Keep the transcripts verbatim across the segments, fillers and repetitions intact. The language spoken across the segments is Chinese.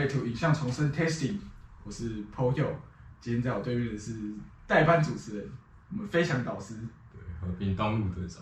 to 影像重生 Testing， 我是 Poyo， 今天在我对面的是代班主持人，我们飞翔导师， 对，和平东路队长。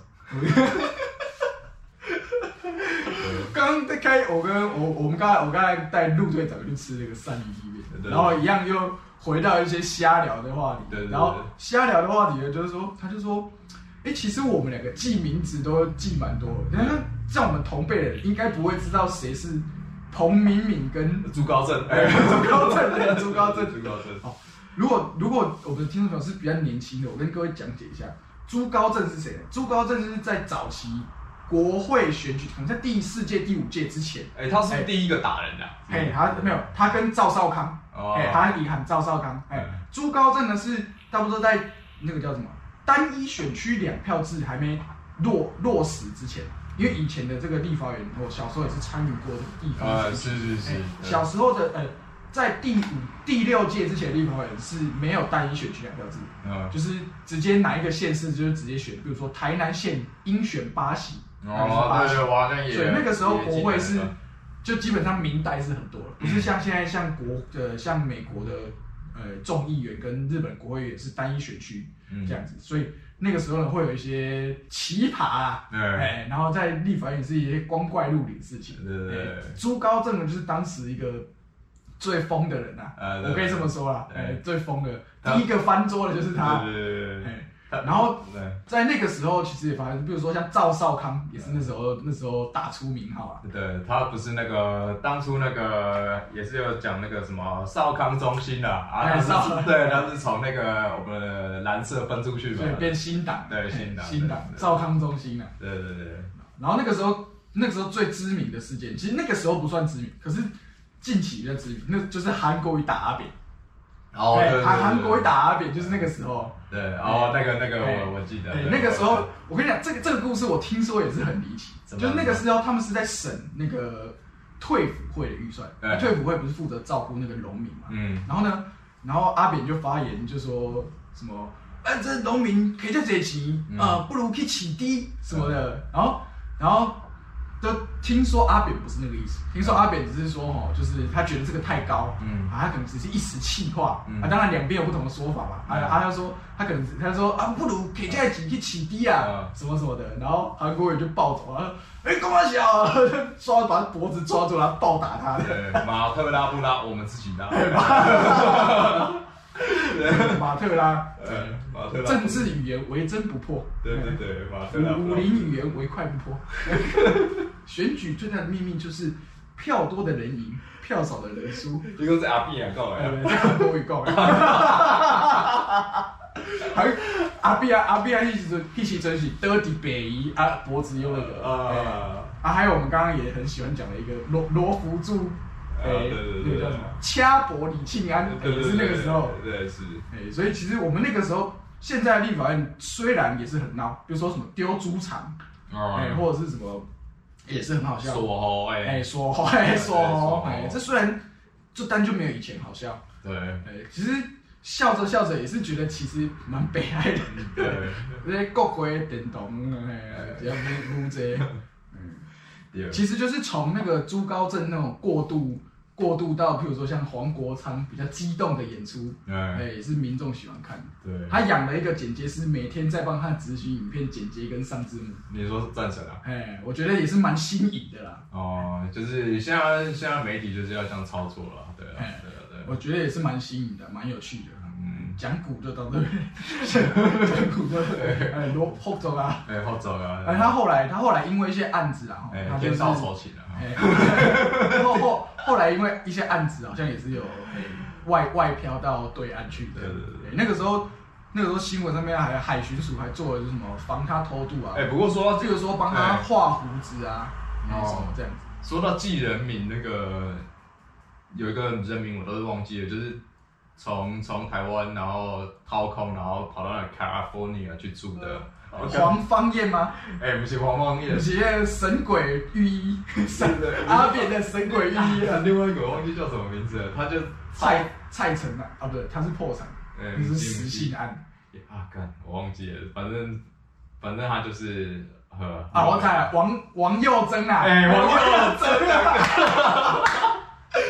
刚刚在开，我跟我我们刚才我刚才带陆队长去吃那个鳝鱼意面，然后一样又回到一些瞎聊的话题， 对对对， 然后瞎聊的话题呢，就是说他就说，哎、欸，其实我们两个记名字都记蛮多的，但是像我们同辈的人应该不会知道谁是彭敏敏跟朱高正， 哎、欸，朱高正，对，朱高正， 朱高正。 好，如果如果我们的听众朋友是比较年轻的，我跟各位讲解一下，朱高正是谁呢？朱高正就是在早期国会选举，可能在第四届、第五届之前， 哎、欸，他是不是第一个打人的、啊？ 哎、欸，他没有，他跟赵少康，哎、哦欸，他遗憾赵少康，哎、欸，朱高正呢是差不多在那个叫什么单一选区两票制还没落落实之前，因为以前的这个立法委员，我小时候也是参与过的地方， 啊，是是是， 欸、小时候的呃。在第五、第六届之前，立法委员是没有单一选区两票制，嗯，就是直接哪一个县市就是直接选，比如说台南县应选八席， 哦，对对，我好像也， 所以那个时候国会是就基本上民代是很多了，不是像现在像国呃像美国的呃众议员跟日本国会也是单一选区这样子，嗯、所以那个时候呢会有一些奇葩啊，哎、嗯欸，然后在立法院是一些光怪陆离的事情，对对对，欸、朱高正呢就是当时一个。最疯的人啊，呃、我可以这么说啦，哎、欸，最疯的，第一个翻桌的就是他，对对对对，欸、然后在那个时候其实也发生，比如说像赵少康也是那时候那时候打出名号啊， 对，他不是那个当初那个也是有讲那个什么少康中心的啊，啊他是对，他是从那个我们的蓝色分出去嘛， 对，变新党， 对新党， 新党少康中心啊， 对对对， 然后那个时候那个时候最知名的事件，其实那个时候不算知名，可是。近期比较知名，那就是韩国瑜打阿扁。 哦，对对对， 韩韩国瑜打阿扁就是那个时候。 对，哦，那个那个我我记得。 对，那个时候我跟你讲，这个这个故事我听说也是很离奇，就是那个时候他们是在审那个退辅会的预算，退辅会不是负责照顾那个农民嘛？嗯。然后呢，然后阿扁就发言就说什么，哎，这农民可以叫这钱啊，不如去起低什么的。然后，然后。都听说阿扁不是那个意思，听说阿扁只是说吼，就是他觉得这个太高，嗯，啊，他可能只是一时气话，嗯、啊，当然两边有不同的说法嘛，嗯、啊，他就说他可能他说啊，不如给这几去起低啊，嗯、什么什么的，然后韩国人就暴走了，哎、欸，干嘛小，抓把他脖子抓住，然后暴打他， 对，马特拉不拉，我们自己拉。 马特拉， 对，马特拉， 政治语言为真不破， 对对对，马特拉， 武林语言为快不破。选举最大的秘密就是票多的人赢，票少的人输。 这个是阿扁讲的， 对，这韩国语讲的。还阿扁阿扁那时阵，那时阵是倒伫北移啊，脖子用那个啊啊，还有我们刚刚也很喜欢讲的一个罗罗福柱。哎，那个叫什么？掐脖李庆安，也是那个时候。 对，是。 哎，所以其实我们那个时候，现在立法院虽然也是很闹，比如说什么丢猪肠，哎，或者是什么，也是很好笑。 锁喉，哎， 哎，锁喉，哎，锁喉，哎，这虽然这单就没有以前好笑， 对， 哎，其实笑着笑着也是觉得其实蛮悲哀的。对，这些国会电动，哎，只要撸撸这。其实就是从那个朱高正那种过渡过渡到，譬如说像黄国昌比较激动的演出，哎、欸，也是民众喜欢看的。对，他养了一个剪接师，每天在帮他执行影片剪接跟上字幕。 你说是赞成啊？ 哎、欸，我觉得也是蛮新颖的啦。 哦，就是现在现在媒体就是要这样操作了，对啊，欸、对啊，对啊。 我觉得也是蛮新颖的，蛮有趣的。嗯，讲古就到这边，讲古就哎，罗后走啊， 哎，后走啊。 哎，他后来他后来因为一些案子啊， 哎， 他就是天道酬勤了。 后后后来因为一些案子好像也是有哎外外飘到对岸去的。对对对。那个时候那个时候新闻上面还海巡署还做了就是什么防他偷渡啊。 哎，不过说这个说帮他画胡子啊，然后什么这样子。 说到记人名，那个有一个人名我都是忘记了，就是。从从台湾，然后掏空，然后跑到那 California 去住的黄芳燕吗？ 哎、欸，不是黄芳燕， 不是那个神鬼御医，神阿扁的神鬼御医啊。 另外一个我忘记叫什么名字了，他就蔡蔡成啊，啊不对，他是破产，那、欸、是实性案。 啊，干，我忘记了，反正反正他就是呃啊，我看王王佑珍啊， 哎、欸，王佑珍啊。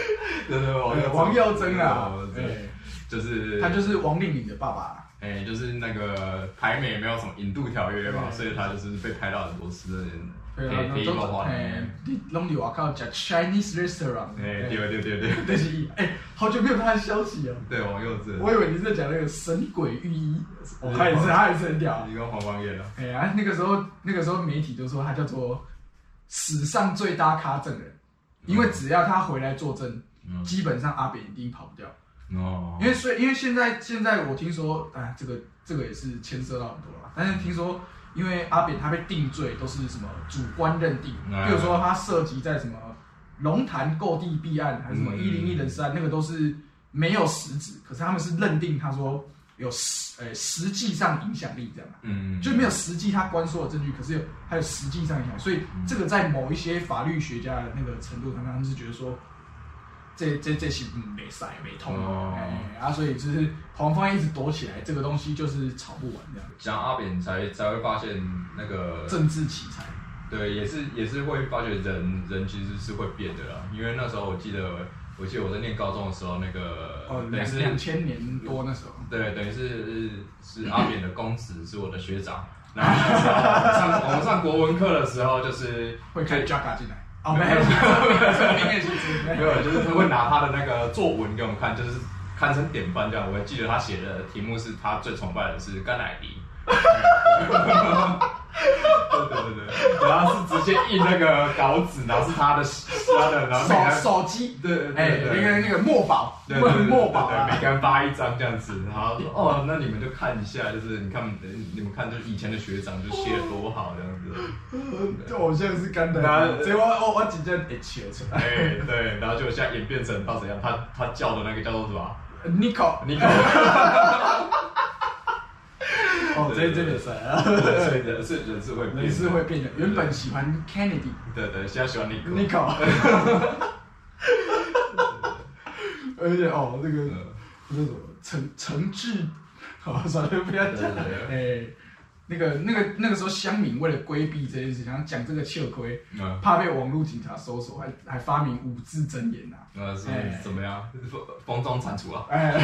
对对，王佑王佑珍啊， 对，就是他就是王令麟的爸爸。 哎，就是那个台美没有什么引渡条约嘛，所以他就是被拍到很多次的。 对啊，都哎，你拢有外口吃 Chinese restaurant。 哎，对对对对， 但是哎，好久没有他的消息了。 对，王佑珍。 我以为你是在讲那个神鬼御医，他也是，他也是很屌。 你跟黄光彦啊？ 哎呀，那个时候那个时候媒体都说他叫做史上最大咖证人，因为只要他回来作证，基本上阿扁一定跑不掉。哦，因为所以因为现在现在我听说，哎，这个这个也是牵涉到很多了。但是听说，因为阿扁他被定罪都是什么主观认定，比如说他涉及在什么龙潭购地弊案，还是什么一零一人事案，那个都是没有实质，可是他们是认定他说有实呃实际上影响力这样，嗯，就没有实际他关说的证据，可是有还有实际上影响，所以这个在某一些法律学家的那个程度上，他们是觉得说。这这这是嗯没塞没通，哎、哦、啊，所以就是黄芳一直躲起来，这个东西就是吵不完这样。 讲阿扁才才会发现那个政治奇才， 对，也是也是会发觉人人其实是会变的啦。因为那时候我记得，我记得我在念高中的时候，那个哦两两千年多那时候， 对，等于是是阿扁的公子是我的学长。然后那时候上我们上国文课的时候，就是会开 Jaka 进来。哦，没有，没有，就是他会拿他的那个作文给我们看，就是堪称典范这样。我还记得他写的题目是他最崇拜的是甘乃迪。对对对对，然后是直接印那个稿纸，然后是他的他的，然后手手机， 对对哎，那个那个墨宝，墨宝， 每个人发一张这样子，然后说哦，那你们就看一下，就是你看你们看，就是以前的学长就写的多好这样子， 就偶像是甘乃迪，结果我我直接一切出来， 哎对，然后就现在演变成到怎样，他他叫的那个叫做什么 ？Nico Nico。 哦，这真的是啊， 对的，是人是会变， 人是会变的。原本喜欢 Kennedy， 对对，现在喜欢 Nico。 Nico， 而且哦，这个那什么诚诚挚，好，算了，不要讲了。哎，那个那个那个时候，乡民为了规避这件事，想讲这个糗亏，怕被网络警察搜索，还还发明五字真言呐。 呃，是怎么样？风中蟾蜍啊！ 哎。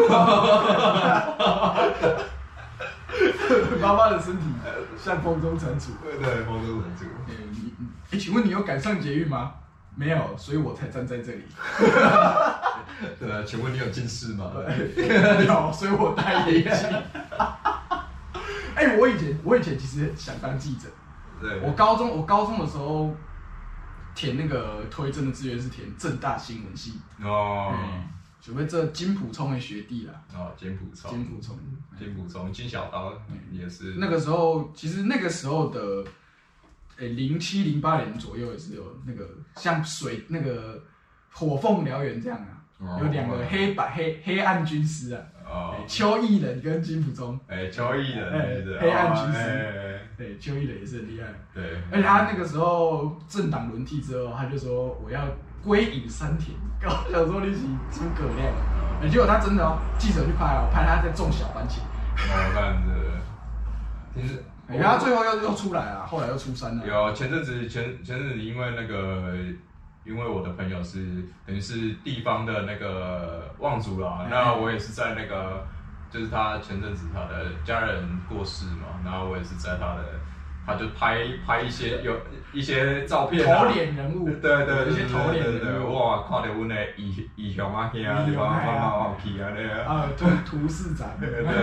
妈妈的身体像风中蟾蜍， 对对，风中蟾蜍。 哎、欸，你，哎、欸，请问你有赶上捷运吗？没有，所以我才站在这里。 对啊，请问你有近视吗？ 有，所以我戴眼镜。哎、欸，我以前，我以前其实想当记者。 对。 我高中，我高中的时候填那个推甄的志愿是填政大新闻系。哦。欸准备这金溥聪的学弟啦。 哦，金溥聪。 金溥聪， 金溥聪，金小刀也是。 那个时候，其实那个时候的，诶，零七零八年左右也是有那个像水那个火凤燎原这样啊，哦、有两个黑白黑黑暗军师啊。哦。邱毅人跟金溥聪。 哎，邱毅人。哎， 黑暗军师。对，邱毅人也是很厉害。 对。 而且他那个时候政党轮替之后，他就说我要。归隐山田，搞想说你是诸葛亮，欸、结果他真的哦，记者去拍哦，拍他在种小番茄。 哦，这样子，其实， 然后他最后又又出来了，后来又出山了。 有前阵子前前阵子因为那个，因为我的朋友是等于是地方的那个望族啦，欸、那我也是在那个，就是他前阵子他的家人过世嘛，然后我也是在他的。他就拍拍一些有一些照片、 啊，头脸人物， 对对， 一些头脸人物， 哇，看到阮的义义雄啊，兄啊，对吧？慢慢往去啊，那个啊，图图市长，对对对，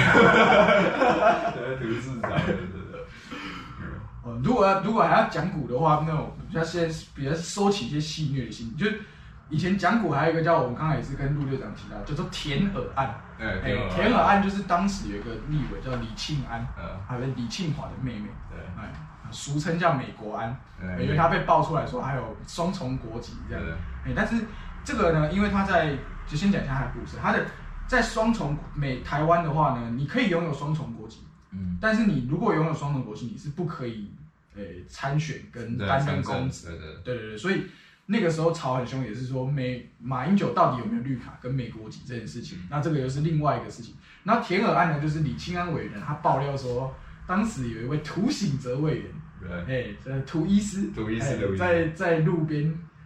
对图市长，对对对。 哦，如果如果还要讲古的话，那种比较现在比较收起一些戏谑的心，就以前讲古还有一个叫我们刚才也是跟陆队长提到，叫做田耳案。哎，田耳案就是当时有一个立委叫李庆安，嗯，还有李庆华的妹妹，对，哎，俗称叫美国安，因为他被爆出来说还有双重国籍这样，哎，但是这个呢，因为他在就先讲一下他的故事，他的在双重美台湾的话呢，你可以拥有双重国籍，嗯，但是你如果拥有双重国籍，你是不可以诶参选跟担任公职，对对对对，所以。那个时候吵很凶，也是说美马英九到底有没有绿卡跟美国籍这件事情，那这个又是另外一个事情。然后田耳案呢，就是李庆安委员他爆料说，当时有一位涂醒哲委员，对，哎，涂医师， 涂医师， 在在路边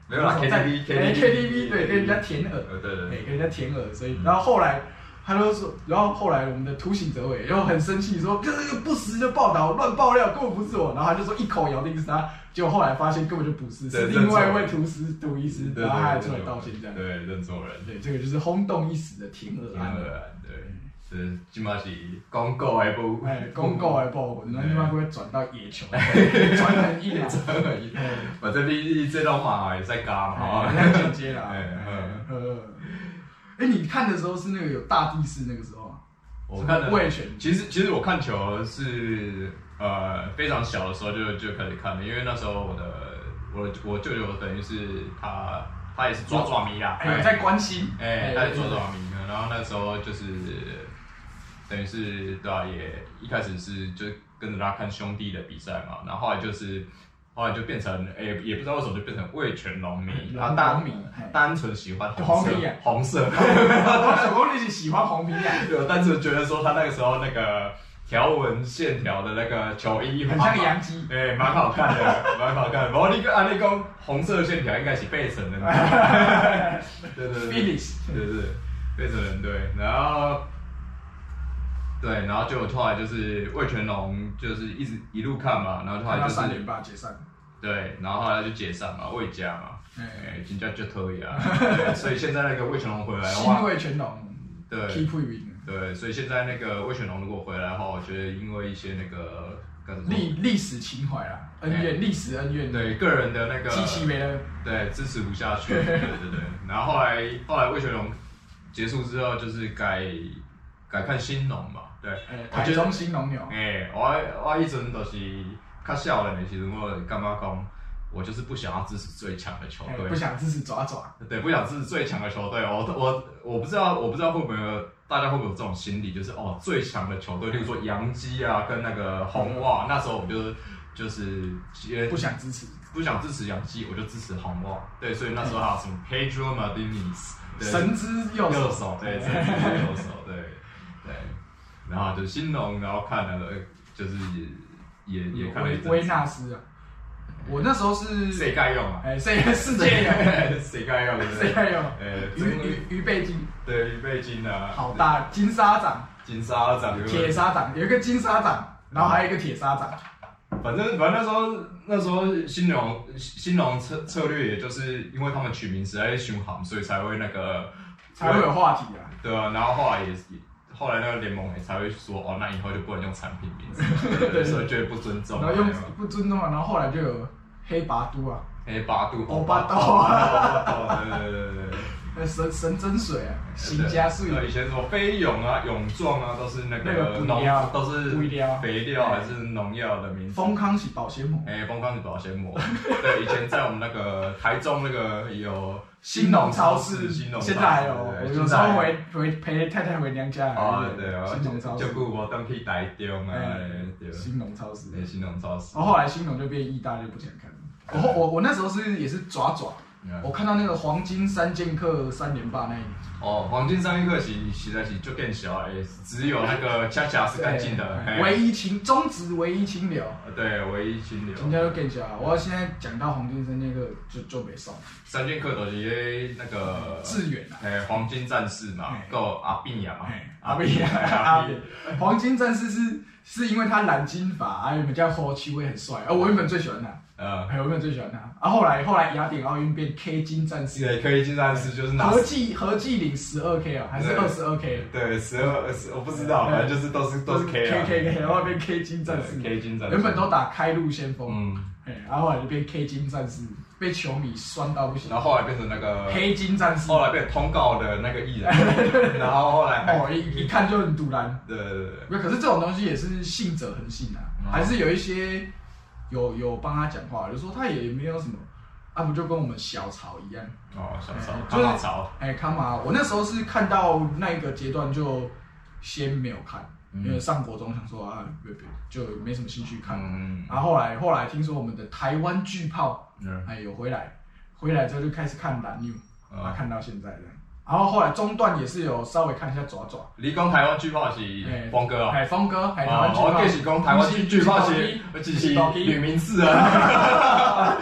没有啦 ，K T V，K T V 对，跟人家舔耳， 对对对， 跟人家舔耳，所以然后后来他就说，然后后来我们的涂行者委又很生气说，这是个不实的报道，乱爆料，根本不是我，然后他就说一口咬定是他，结果后来发现根本就不是，是另外一位涂师涂医师，然后他还出来道歉这样， 对，认错人， 对，这个就是轰动一时的舔耳案， 对。是，即马是广告的部分， 哎，广告的部分，咱即马会转到野球，转很硬啊， 转很硬。反正你你这种嘛也在加嘛， 在剪接啦。呃，哎，你看的时候是那个有大地势那个时候啊？ 我看的味全， 其实其实我看球是呃非常小的时候就就开始看了，因为那时候我的我我舅舅等于是他他也是抓抓迷啦， 哎，在关心， 哎，他也抓抓迷，然后那时候就是。等于是对吧、啊？也一开始是就跟着他看兄弟的比赛嘛，然后后来就是后来就变成哎、欸，也不知道为什么就变成味全龙迷，他单单纯喜欢红色，红色。 我小公你是喜欢红皮啊？ 对，我单纯觉得说他那个时候那个条纹线条的那个球衣很像洋基， 哎、欸，蛮好看的，蛮好看的。然后你跟按你讲红色线条应该是贝城的，对对对，对对对，贝城人对，然后。对，然后就后来就是味全龙，就是一直一路看嘛，然后后来就是三连霸解散。 对，然后后来就解散嘛，味家嘛，哎，人家就可以啊。所以现在那个味全龙回来的话， 新味全龙， 对 ，keep winning。 对，所以现在那个味全龙如果回来的话，我觉得因为一些那个历历史情怀啦，恩怨，历史恩怨， 对个人的那个激起没了， 对，支持不下去，对对对。然后后来后来味全龙结束之后，就是改改看兴农嘛。对， 台中兴农牛。 哎，我我以前就是较少年的时候，我感觉讲，我就是不想要支持最强的球队， 不想支持爪爪。 对，不想支持最强的球队。我我我不知道，我不知道会不会有大家会不会有这种心理，就是哦，最强的球队，例如说洋基啊，跟那个红袜，那时候我就就是不想支持， 不想支持洋基，我就支持红袜。对，所以那时候还有什么 Pedro Martinez， 神之右右手，对，神之右手，对对。然后就兴农，然后看了，就是也也也看了一阵。 维纳斯啊，我那时候是谁该用啊？ 哎，谁世界用？ 谁该用？ 谁该用？ 哎， 鱼鱼鱼背金。 对，鱼背金啊。 好大，金沙掌。 金沙掌。 铁砂掌，有一个金沙掌，然后还有一个铁砂掌。 反正反正那时候那时候兴农兴农策策略，也就是因为他们取名实在是凶悍，所以才会那个才会有话题啊。 对啊，然后后来也是。后来那个联盟也才会说，哦，那以后就不能用产品名字，对，所以觉得不尊重。 然后用不尊重啊，然后后来就有黑拔都啊， 黑拔都， 欧巴豆啊， 对对对对对， 神神针水啊，新加水。 以前什么飞泳啊、泳壮啊，都是那个农都是肥料还是农药的名字。 丰康是保鲜膜， 哎，丰康是保鲜膜。对，以前在我们那个台中那个有。 兴农超市， 现在还有，我有时候回回陪太太回娘家。 哦，对啊， 兴农超市。 就顾我当去台中啊，对。 兴农超市。 对，兴农超市。 然后后来兴农就变义大，就不想看了。我我我那时候是也是爪爪，我看到那个黄金三剑客三连霸那一年。 哦，黄金三剑客是实在是就更小诶，只有那个恰恰是干净的， 唯一清中职唯一清流。 对，唯一清流。 人家都更小，我现在讲到黄金三剑客就就没送。 三剑客都是那个志远啊， 诶，黄金战士嘛，够阿碧呀嘛， 阿碧呀，阿碧。黄金战士是是因为他染金发，啊，原本叫何秋威很帅，而我原本最喜欢他。呃，我原本最喜欢他，啊，后来后来雅典奥运变 K 金战士， 对 K 金战士就是合计合计领十二 K 啊，还是二十二 K？ 对，十二二十，我不知道，反正就是都是都是 K K K K， 然后变 K 金战士 ，K 金战士， 原本都打开路先锋，嗯，哎，然后后来就变 K 金战士，被球迷酸到不行， 然后后来变成那个黑金战士， 后来变通告的那个艺人，然后后来哦一一看就很突然， 对对对， 不可是这种东西也是信者恒信啊，还是有一些。有有帮他讲话，就说他也没有什么，啊不就跟我们小曹一样哦，小曹，康马曹， 哎康马，我那时候是看到那个阶段就先没有看，嗯、因为上国中想说啊，别别就没什么兴趣看，嗯、然后后来后来听说我们的台湾巨炮，嗯、哎有回来，回来之后就开始看蓝牛，嗯、啊看到现在这样。然后后来中段也是有稍微看一下爪爪。 你讲台湾巨炮是峰哥啊？ 哎，峰哥，哎，台湾巨炮。 我计是讲台湾巨炮是，只是吕明志啊。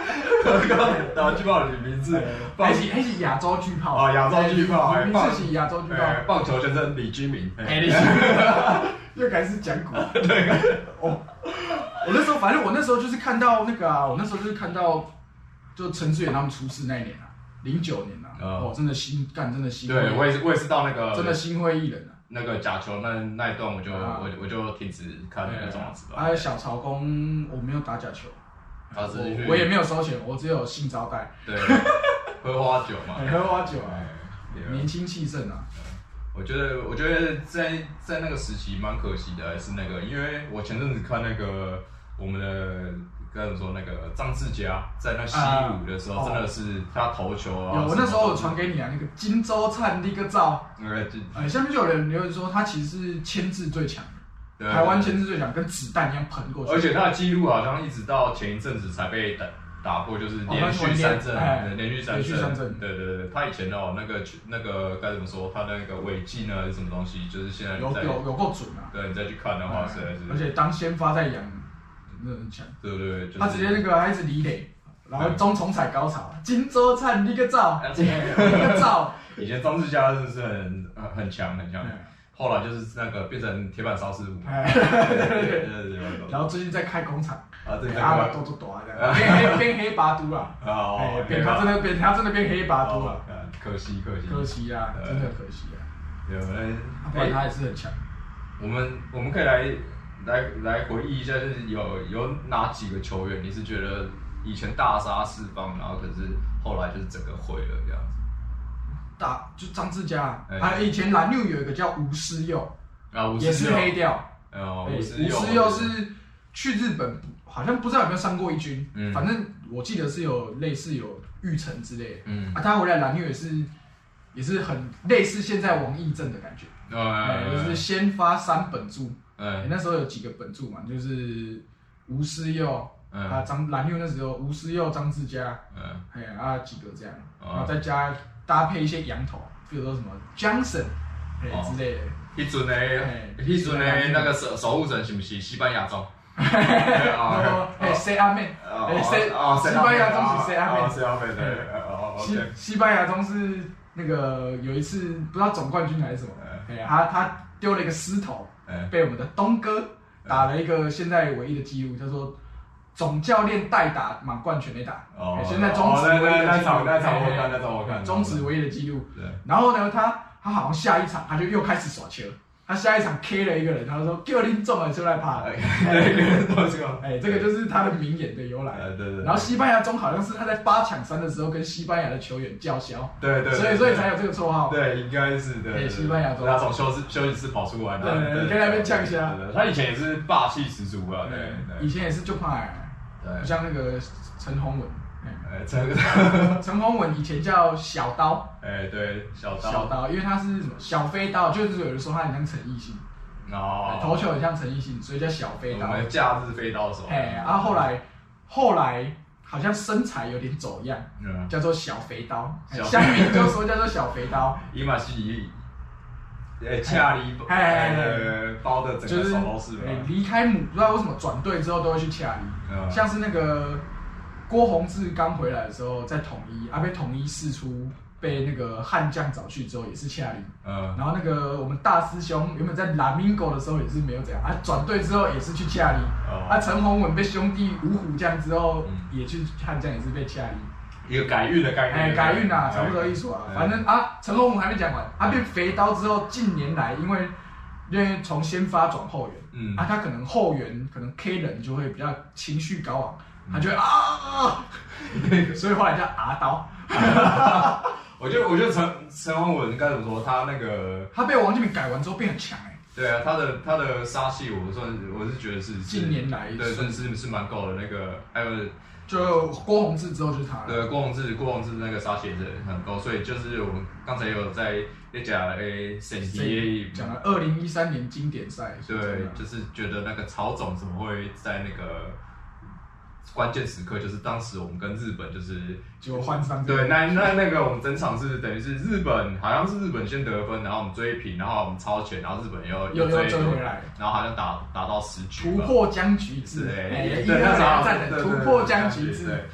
打巨炮的名字， 还是还是亚洲巨炮啊，亚洲巨炮， 名字是亚洲巨炮， 棒球先生李居明， 哎，李居明又开始讲古，对，哦，我那时候反正我那时候就是看到那个啊，我那时候就是看到就陈志远他们出事那一年啊，零九年啊，哦，真的心干，真的心， 对我也是我也是到那个真的心灰意冷啊。 那个假球那那一段我就、啊、我我就停止看那个中华职棒。 还有小曹公，我没有打假球， 啊、 我, 我也没有收钱，我只有性招待。 对，喝花酒嘛， 喝花酒啊，年轻气盛啊。 我觉得我觉得在在那个时期蛮可惜的，还是那个，因为我前阵子看那个我们的。该怎么说？那个张志佳在那西武的时候，真的是他投球啊！ 有，我那时候有传给你啊，那个金州灿那个照。 呃， 哎，下面就有人留言说，他其实是牵制最强的，台湾牵制最强，跟子弹一样喷过去。 而且他的记录好像一直到前一阵子才被打打破，就是连续三振，连续三振。对对对，他以前哦，那个那个该怎么说？他的那个尾技呢，是什么东西？就是现在有有有够准啊！ 对你再去看的话，实在是。 而且当先发在养。真的很强， 对对对，就是、 他直接那个还是离垒，然后中重彩高潮，金州灿你个照，你个照。 以前张志佳真的是很很强很强，后来就是那个变成铁板烧师傅。对对对对。 然后最近在开工厂， 啊对， 阿爸多多多啊，变黑变黑拔都了，哎，变他真的变他真的变黑拔都了， 可惜可惜可惜啊，真的可惜啊。 对，我们不然他也是很强。 我们我们可以来。来来回忆一下，就是有有哪几个球员，你是觉得以前大杀四方，然后可是后来就是整个毁了这样子？ 大就张志佳，欸、啊，以前蓝牛有一个叫吴思佑， 啊， 也是黑掉。 哦，吴思佑是去日本，好像不知道有没有上过一军，嗯、反正我记得是有类似有育成之类的。嗯，啊，他回来蓝牛也是也是很类似现在王溢正的感觉，哎，就是先发三本柱。欸、那时候有几个本柱嘛，就是吴思佑、嗯、啊，张蓝牛那时候吴思佑、张志佳，嗯，哎啊几个这样，哦、然后再加搭配一些洋头，比如说什么 Johnson， 哎、欸哦、之类的。 迄阵的，迄阵的那个守守护神是不是西班牙中？ 哎 ，C 阿妹，哎 C 西班牙中是 C 阿妹 ，C 阿妹对，哦西西班牙中是那个有一次不知道总冠军还是什么，哎，他他丢了一个狮头。被我们的东哥打了一个现在唯一的纪录，叫做总教练代打满贯全垒打。哦，现在中职唯一的纪录， 那场我看，那场我看， 中职唯一的纪录。对。然后呢，他他好像下一场他就又开始耍球，他下一场 K 了一个人，他说叫你中了出来趴。哎，这个就是他的名言的由来。对对。然后西班牙中好像是他在八抢三的时候跟西班牙的球员叫嚣。 对对。 所以所以才有这个绰号。 对，应该是的。 西班牙中。 他从休息休息室跑出来。 对对，你在那边呛虾。 他以前也是霸气十足啊。对对。以前也是就怕，对，像那个陈宏文。 哎，陈陈宏文以前叫小刀。 哎，对，小刀。 小刀，因为他是什么小飞刀，就是有人说他很像陈奕迅。哦，投球很像陈奕迅，所以叫小飞刀。 我们假日飞刀的时候。 哎，然后后来后来好像身材有点走样，嗯、叫做小肥刀。乡民就说叫做小肥刀。 伊嘛是以，呃，恰里呃包的整个手都是。 哎，离开母不知道为什么转队之后都会去恰里，嗯、像是那个郭泓志刚回来的时候在统一，啊被统一释出。被那个悍将找去之后也是恰里，嗯，然后那个我们大师兄原本在拉明狗的时候也是没有这样，啊转队之后也是去恰里，哦、啊陈宏文被兄弟五虎将之后、嗯、也去悍将也是被恰里， 一个改运的概念， 哎改运啊，差不多意思啊，哎、反正啊陈宏文还没讲完，他、啊、变肥刀之后近年来因为因为从先发转后援，嗯，啊他可能后援可能 K 人就会比较情绪高昂，嗯、他就会啊，所以后来叫阿刀。 我觉得，我觉得陈陈宏文该怎么说？他那个他被王建民改完之后变很强哎、欸。 对啊，他的他的杀气，我算我是觉得是近年来对，算是是蛮够的。那个还有就郭泓志之后就是他。 对，郭泓志郭泓志那个杀气也是很够，所以就是我们刚才有在在讲诶，审题讲了二零一三年经典赛。 对，就是觉得那个曹总怎么会在那个。关键时刻就是当时我们跟日本就是就换上对那那那个我们整场是等于是日本好像是日本先得分，然后我们追平，然后我们超前，然后日本又又又追回来， 然后好像打打到十局突破僵局制， 哎， 一二两战的突破僵局制，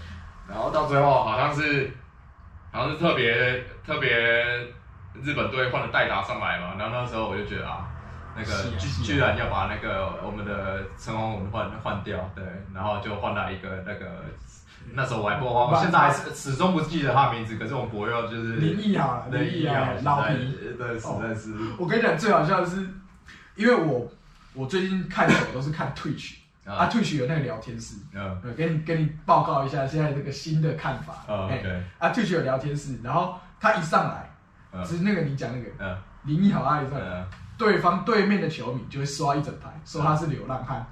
然后到最后好像是好像是特别特别日本队换了代打上来嘛，然后那时候我就觉得啊。那个居居然要把那个我们的陈宏文换换掉，对，然后就换来一个那个，那时候我还不，我现在还是始终不记得他的名字，可是我们博佑就是林毅好了，林毅啊，老皮， 对，实在是。 我跟你讲最好笑的是，因为我我最近看球都是看 Twitch， 啊 Twitch 有那个聊天室，嗯，对，跟你跟你报告一下现在这个新的看法， 嗯 ，OK， 啊 Twitch 有聊天室，然后他一上来，只是那个你讲那个，嗯，林毅好啊一上来。对方对面的球迷就会刷一整排，说他是流浪汉。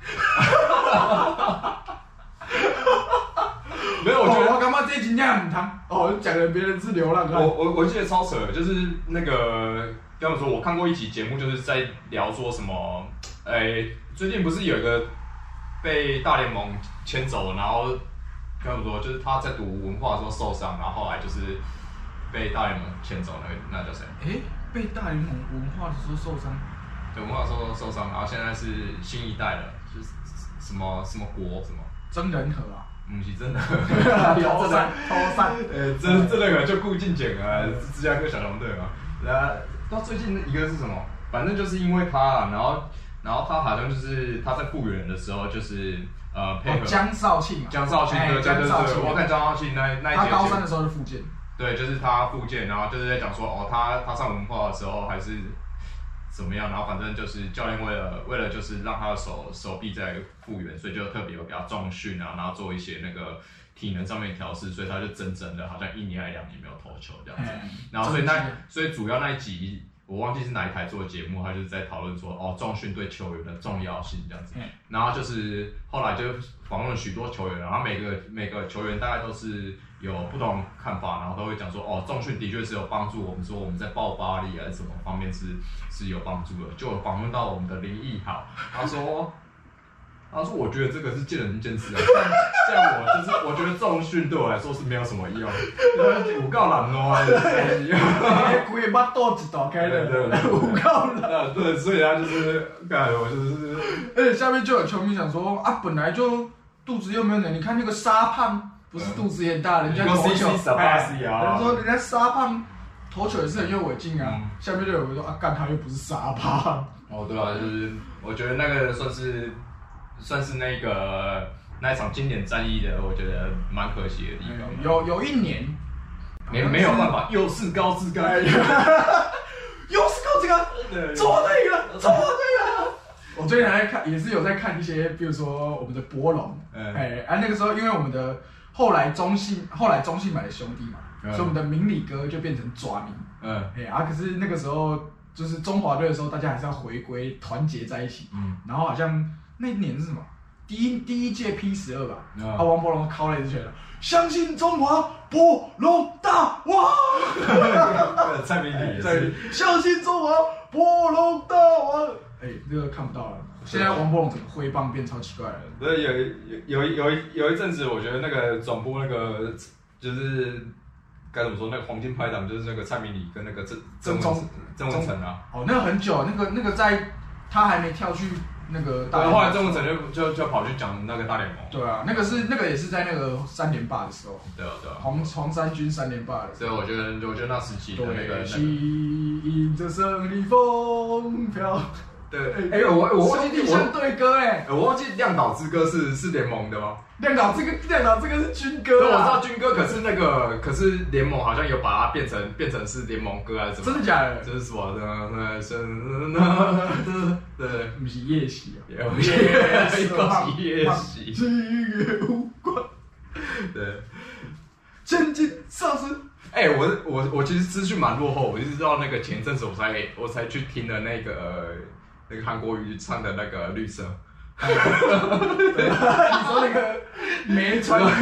没有，我觉得我干嘛这几天很汤哦，讲了别人是流浪汉。 我我我记得超扯，就是那个跟我说，我看过一集节目，就是在聊说什么，哎，最近不是有一个被大联盟牵走，然后跟我说，就是他在读文化的时候受伤，然后后来就是被大联盟牵走，那个那叫谁？ 哎。被大联盟文化的时候受伤， 对，文化受受伤，然后现在是新一代了，就是什么什么国什么真人和啊， 不是真的， 偷山偷山， 呃，真真那个就顾敬简啊，芝加哥小熊队嘛，然后到最近一个是什么？反正就是因为他，然后然后他好像就是他在复原的时候，就是呃配合江少庆， 江少庆对对对对，我看江少庆那那一他高三的时候是复健。 对，就是他复健，然后就是在讲说，哦，他他上文化的时候还是怎么样，然后反正就是教练为了为了就是让他的手手臂再复原，所以就特别有给他重训啊，然后做一些那个体能上面调试，所以他就整整的好像一年还两年没有投球这样子。然后所以那所以主要那一集我忘记是哪一台做的节目，他就是在讨论说，哦，重训对球员的重要性这样子。然后就是后来就访问了许多球员，然后每个每个球员大概都是。有不同看法，然后都会讲说，哦，重训的确是有帮助我们，说我们在爆发力还是什么方面是是有帮助的。就有访问到我们的林毅豪，他说，他说我觉得这个是见仁见智啊，像像我就是我觉得重训对我来说是没有什么用，有够难哦， 哎，规个巴肚一大开的，有够难。 对，所以他就是，干我就是， 而且下面就有球迷想说，啊，本来就肚子又没有人，你看那个沙胖。不是肚子也大，人家投球，哎，人说人家沙胖投球也是很有尾劲啊。下面就有人说啊，干他又不是沙胖。 哦，对啊，就是我觉得那个算是算是那个那一场经典战役的，我觉得蛮可惜的地方。 有有一年， 没没有办法，又是高志刚，又是高志刚，错对了，错对了。我最近还在看，也是有在看一些，比如说我们的博龙，哎，啊那个时候因为我们的。后来中信，后来中信买的兄弟嘛，嗯、所以我们的明理哥就变成爪迷。嗯，哎啊，可是那个时候就是中华队的时候，大家还是要回归团结在一起。嗯，然后好像那一年是什么？第一第一届 P 十二吧。嗯、啊，王柏融敲了一支拳了，相信中华博龙大王。 蔡明理也是， 相信中华博龙大王。哎、欸，这个看不到了。现在王柏融整个挥棒变超奇怪了。 对，有有有有一有一阵子，我觉得那个转播那个就是该怎么说，那个黄金拍档就是那个蔡明理跟那个郑郑文郑文成啊。 哦，那个很久，那个那个在他还没跳去那个大联盟，后来郑文成就就就跑去讲那个大联盟。 对啊，那个是那个也是在那个三连霸的时候。 对啊对啊。 黄黄衫军三连霸的时候。 所以我觉得我觉得那时期的那个。 吸引着胜利风飘。 对，哎、欸，我我忘记兄弟对歌哎、 欸，我忘记《亮岛之歌》是是联盟的吗？ 亮岛这个亮岛这个是军歌啊，我知道军歌，可是那个可是联盟好像有把它变成变成是联盟歌还是什么？ 真的假的？ 这是我的那生对， 不是夜袭啊， 不是夜袭，不是夜袭， 七月无关， 对， 前进上升。 哎、欸，我我我其实资讯蛮落后，我就知道那个前阵子我才我才去听了那个。呃那个韩国瑜唱的那个绿色， 你说那个没穿的，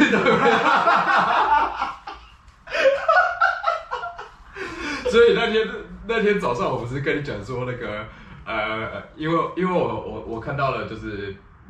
所以那天那天早上我不是跟你讲说那个呃，因为因为我我我看到了就是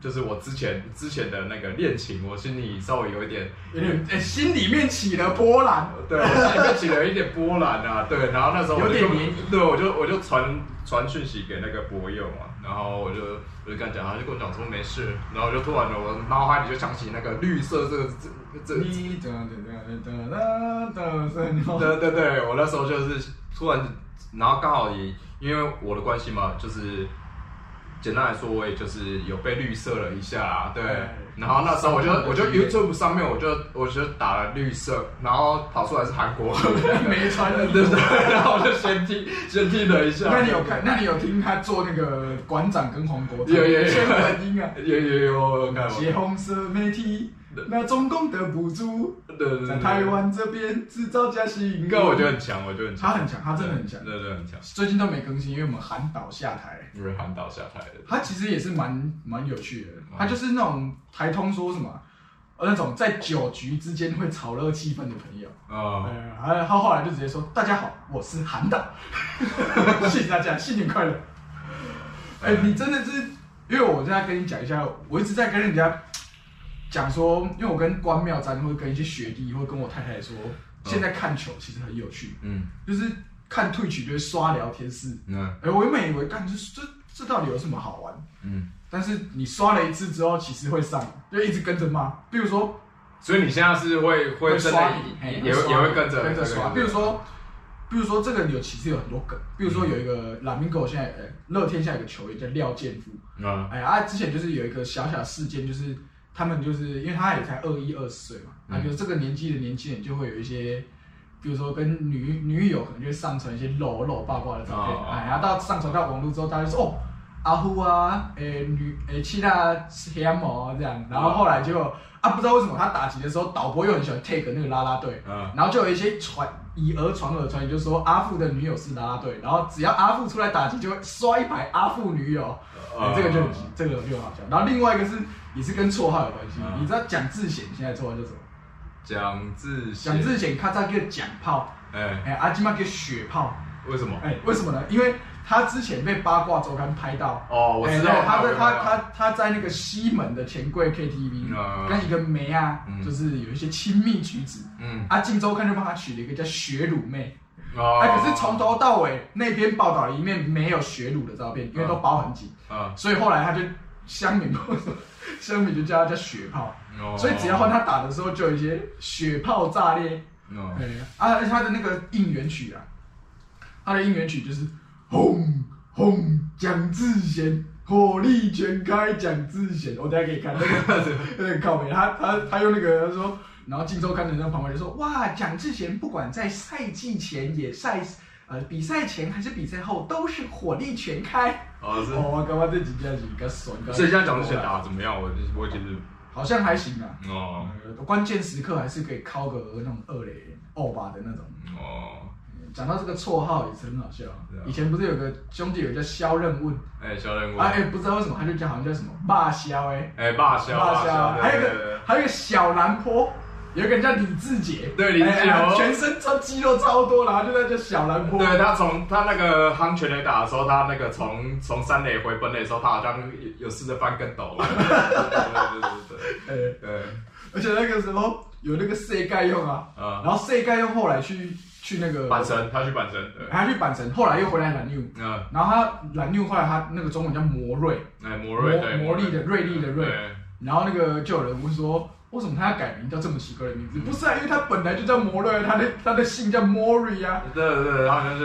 就是我之前之前的那个恋情，我心里稍微有一点有点、欸、心里面起了波澜， 对，我心里面起了一点波澜啊，对，然后那时候我就有点涟漪， 对，我就我就传传讯息给那个博友嘛，然后我就我就跟他讲，他就跟我讲说没事，然后我就突然我脑海里就想起那个绿色这个这这， 你哒哒哒哒哒， 对对对，我那时候就是突然，然后刚好也因为我的关系嘛，就是。简单来说，我也就是有被绿色了一下啦，对。然后那时候我就我就 YouTube 上面我就我就打了绿色，然后跑出来是韩国没穿的， 对对。然后我就先听先听了一下。 那你有看？那你有听他做那个馆长跟黄国有有有签文音啊？ 有有有有。 血红色媒体。那中共的补助， 对对对， 在台湾这边制造假新闻， 个我觉得很强，我觉得很强， 他很强，他真的很强， 对对很强。 最近都没更新，因为我们韩导下台， 因为韩导下台的。 他其实也是蛮蛮有趣的，他就是那种台通说什么，那种在酒局之间会炒热气氛的朋友啊。呃，他后来就直接说：“大家好，我是韩导，谢谢大家，新年快乐。”哎，你真的是，因为我现在跟你讲一下，我一直在跟人家。讲说，因为我跟关妙瞻，或者跟一些学弟，或者跟我太太说，现在看球其实很有趣，嗯，就是看退曲就会刷聊天室，嗯，哎、欸，我原本以为，干这这这到底有什么好玩，嗯，但是你刷了一次之后，其实会上，就一直跟着骂，比如说， 所以你现在是会会真的也也会也会跟着跟着刷，比如说，比如说这个有其实有很多梗，比如说有一个拉米狗现在，呃、欸，乐天下有个球员叫廖健富，嗯，哎啊，之前就是有一个小小事件，就是。他们就是因为他也才二一二十岁嘛，那、嗯、就这个年纪的年轻人就会有一些，比如说跟女女友可能就会上传一些露露八卦的照片，哎、哦，然后到上传到网络之后，大家就说哦，阿虎啊，诶、欸、女诶其他黑毛这样，然后后来就啊不知道为什么他打击的时候，导播又很喜欢 take 那个啦啦队，嗯，然后就有一些传以讹传讹传言，就是说阿富的女友是啦啦队，然后只要阿富出来打击，就会刷一排阿富女友，哎、欸，这个就这个就好笑。然后另外一个是。也是跟绰号有关系，嗯、你知道蒋志贤现在绰号叫什么？ 蒋志贤， 蒋志贤，他在叫蒋炮，哎、欸、哎，阿基玛叫雪炮， 为什么？ 哎、欸，为什么呢？因为他之前被八卦周刊拍到， 哦，我知道， 欸、他在他他他在那个西门的钱柜 K T V，、嗯、跟一个妹啊，嗯、就是有一些亲密举止，嗯，啊，镜周刊就帮他取了一个叫雪乳妹。哦，哎、啊，可是从头到尾那篇报道里面没有雪乳的照片，因为都包很紧，嗯，所以后来他就乡民乡民就叫他叫雪炮， oh. 所以只要换他打的时候，就有一些雪炮炸裂。哦，哎，啊，而且他的那个应援曲啊，他的应援曲就是轰轰蒋志贤，火力全开蒋志贤。我等一下给你看那个那个靠北，他他他用那个他说，然后《镜周刊》的那个旁边就说，哇，蒋志贤不管在赛季前也赛。呃，比赛前还是比赛后都是火力全开。哦，是。哦，刚刚这几件是比较酸。 所以现在蒋志贤打得怎么样？我我其实好像还行啊。哦、呃。关键时刻还是可以敲个那种二垒欧巴的那种。哦。讲到这个绰号也是很好笑。啊、以前不是有个兄弟有个叫肖任问。 哎、欸，肖任问。 啊，哎、欸，不知道为什么他就叫好像叫什么霸肖哎。 哎、欸，霸肖。 霸肖。还有一个还有一个小南坡。有一个人叫李志杰， 对李志杰、欸， 全身超肌肉超多，然后就在叫小蓝坡。 对他从他那个夯全垒打的时候，他那个从从三垒回本垒的时候，他好像有有试着翻跟斗。对对对对对。对， 而且那个时候有那个世盖用啊，嗯、然后世盖用后来去去那个阪神，他去阪神， 他去阪神，后来又回来蓝牛，嗯，然后他蓝牛后来他那个中文叫魔瑞， 哎，魔瑞，对， 魔力的锐利的锐，然后那个就有人问说。为什么他要改名叫这么奇怪的名字？不是啊，因为他本来就叫摩瑞，他的他的姓叫 Mori 啊。 对对对，好像是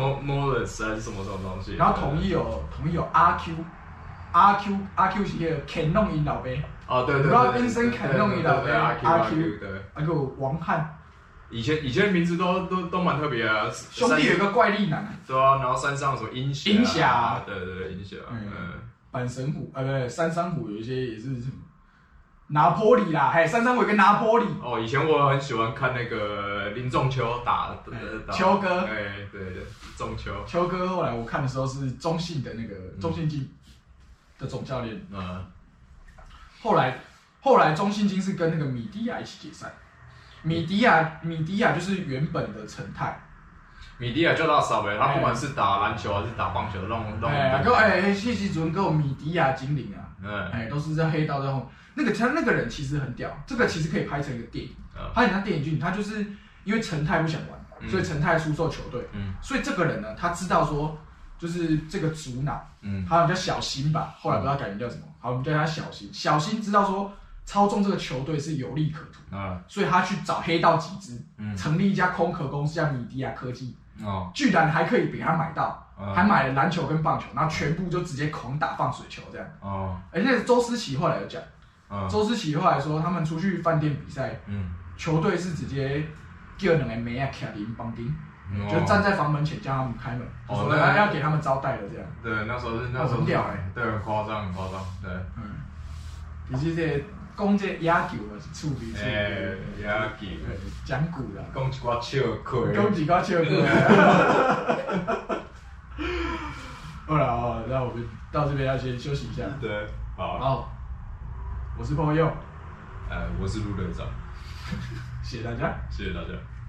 Morris 还是什么什么东西。 然后统一有统一有阿 Q， 阿 Q 阿 Q 是那个 Canon 伊老杯。 哦对对对。 Robinson Canon 伊老杯，阿 Q 对。 还有王翰。 以前以前的名字都都都蛮特别啊。 兄弟有一个怪力男。 对啊，然后山上什么鹰侠。 鹰侠。 对对对，鹰侠。嗯。 阪神虎，呃，不对，山山虎有一些也是什么。拿坡里啦，还有山上有个拿坡里。 哦，以前我很喜欢看那个林仲秋打， 打秋哥。 哎，对对，仲秋。 秋哥后来我看的时候是中信的那个中信金的总教练。嗯。后来后来中信金是跟那个米迪亚一起解散。米迪亚米迪亚就是原本的陈泰。 米迪亚就到少呗，他不管是打篮球还是打棒球，弄弄。 哎，个哎，迄时阵个米迪亚精灵啊。 嗯， 哎，都是在黑道在后。那个他那个人其实很屌，这个其实可以拍成一个电影，他很像电影剧，他就是因为陈泰不想玩，嗯、所以陈泰出售球队，嗯，所以这个人呢，他知道说，就是这个主脑，嗯，他叫小新吧，后来不知道改名叫什么，好，我们叫他小新。小新知道说操纵这个球队是有利可图，啊、嗯，所以他去找黑道集资，嗯，成立一家空壳公司叫米迪亚科技，哦，居然还可以给他买到。还买了篮球跟棒球，然后全部就直接狂打放水球这样。哦，而且那个周思齐后来有讲，嗯、周思齐后来说他们出去饭店比赛，嗯，球队是直接叫两个妹啊卡林帮丁，嗯、就站在房门前叫他们开门，哦，说要要给他们招待的这样。 对，那时候是那时候很屌哎，对，很夸张，很夸张，对，嗯， 其实这讲这野球嘛是趣味， 哎，野球， 讲古啦， 讲一寡笑话， 讲一寡笑话。好了哦，那我们到这边要先休息一下。 对，好。 好，我是朋友， 呃，我是陆队长。 谢谢大家， 谢谢大家。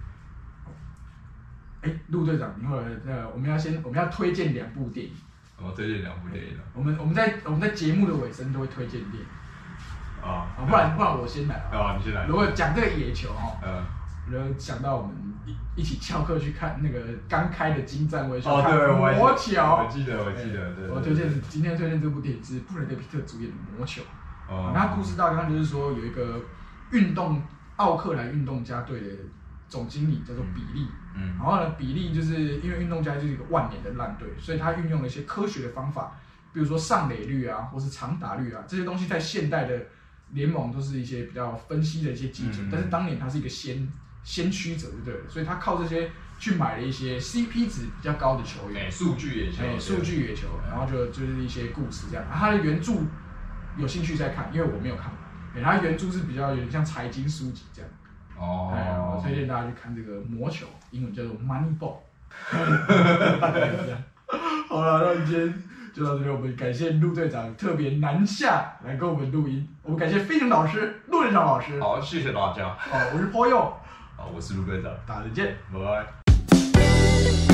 哎，陆队长，一会儿呃，我们要先我们要推荐两部电影。 我推荐两部电影啊。 我们我们在我们在节目的尾声都会推荐电影。啊，不然不然我先来啊。 啊，你先来。 如果讲这个野球哈，嗯，我就想到我们一一起翘课去看那个刚开的金站威秀哦，对， 魔球， 我记得，我记得，对。 我推荐今天推荐这部电影是布雷德皮特主演的《魔球》。哦。那故事大纲就是说有一个运动奥克兰运动家队的总经理叫做比利，嗯，然后呢，比利就是因为运动家就是一个万年的烂队，所以他运用了一些科学的方法，比如说上垒率啊，或是长打率啊，这些东西在现代的联盟都是一些比较分析的一些基准，嗯、但是当年他是一个先先驱者，对不对？所以他靠这些去买了一些 C P 值比较高的球员， 数据野球， 哎，数据野球，然后就就是一些故事这样。他的原著有兴趣再看，因为我没有看过。哎，他原著是比较有点像财经书籍这样。哦。哎，我推荐大家去看这个《魔球》，英文叫做 Moneyball。大概这样。好了，那今天就到这边，我们感谢陆队长特别南下来跟我们录音。我们感谢飞行老师、陆队长老师。 好，谢谢大家。 好，我是 Paul。 好，我是陆队长。 大家再见， 拜拜。